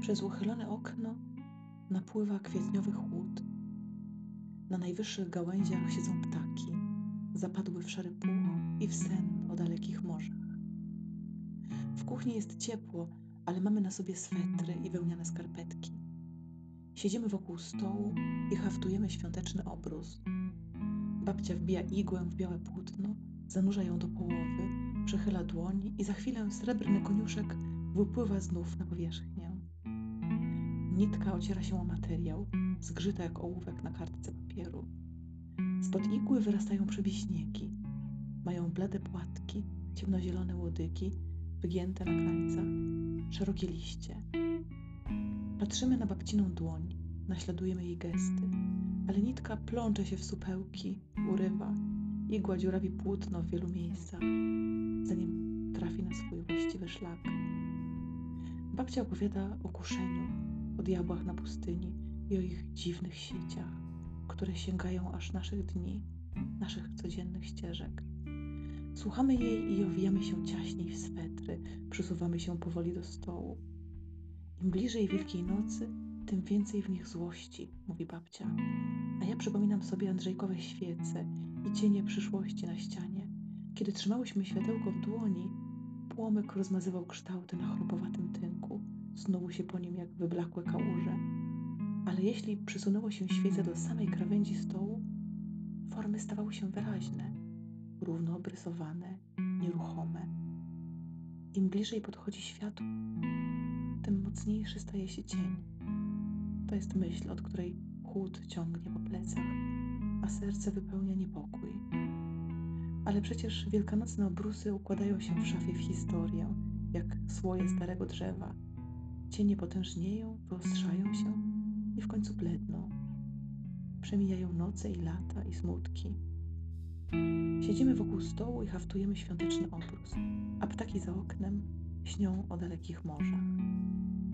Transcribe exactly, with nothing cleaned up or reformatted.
Przez uchylone okno napływa kwietniowy chłód. Na najwyższych gałęziach siedzą ptaki, zapadły w szary puch i w sen o dalekich morzach. W kuchni jest ciepło, ale mamy na sobie swetry i wełniane skarpetki. Siedzimy wokół stołu i haftujemy świąteczny obrus. Babcia wbija igłę w białe płótno, zanurza ją do połowy, przechyla dłoń i za chwilę srebrny koniuszek wypływa znów na powierzchnię. Nitka ociera się o materiał, zgrzyta jak ołówek na kartce papieru. Spod igły wyrastają przebiśniegi. Mają blade płatki, ciemnozielone łodygi, wygięte na krańcach, szerokie liście. Patrzymy na babciną dłoń, naśladujemy jej gesty, ale nitka plącze się w supełki, urywa, igła dziurawi płótno w wielu miejscach, zanim trafi na swój właściwy szlak. Babcia opowiada o kuszeniu, o diabłach na pustyni i o ich dziwnych sieciach, które sięgają aż naszych dni, naszych codziennych ścieżek. Słuchamy jej i owijamy się ciaśniej w swetry, przysuwamy się powoli do stołu. Im bliżej Wielkiej Nocy, tym więcej w nich złości, mówi babcia. A ja przypominam sobie andrzejkowe świece i cienie przyszłości na ścianie. Kiedy trzymałyśmy światełko w dłoni, płomyk rozmazywał kształty na chropowatym tynku, snuł się po nim jak wyblakłe kałuże. Ale jeśli przysunęło się świecę do samej krawędzi stołu, formy stawały się wyraźne, równo obrysowane, nieruchome. Im bliżej podchodzi światło, tym mocniejszy staje się cień. To jest myśl, od której chłód ciągnie po plecach, a serce wypełnia niepokój. Ale przecież wielkanocne obrusy układają się w szafie w historię, jak słoje starego drzewa. Cienie potężnieją, wyostrzają się i w końcu bledną. Przemijają noce i lata i smutki. Siedzimy wokół stołu i haftujemy świąteczny obrus, a ptaki za oknem śnią o dalekich morzach.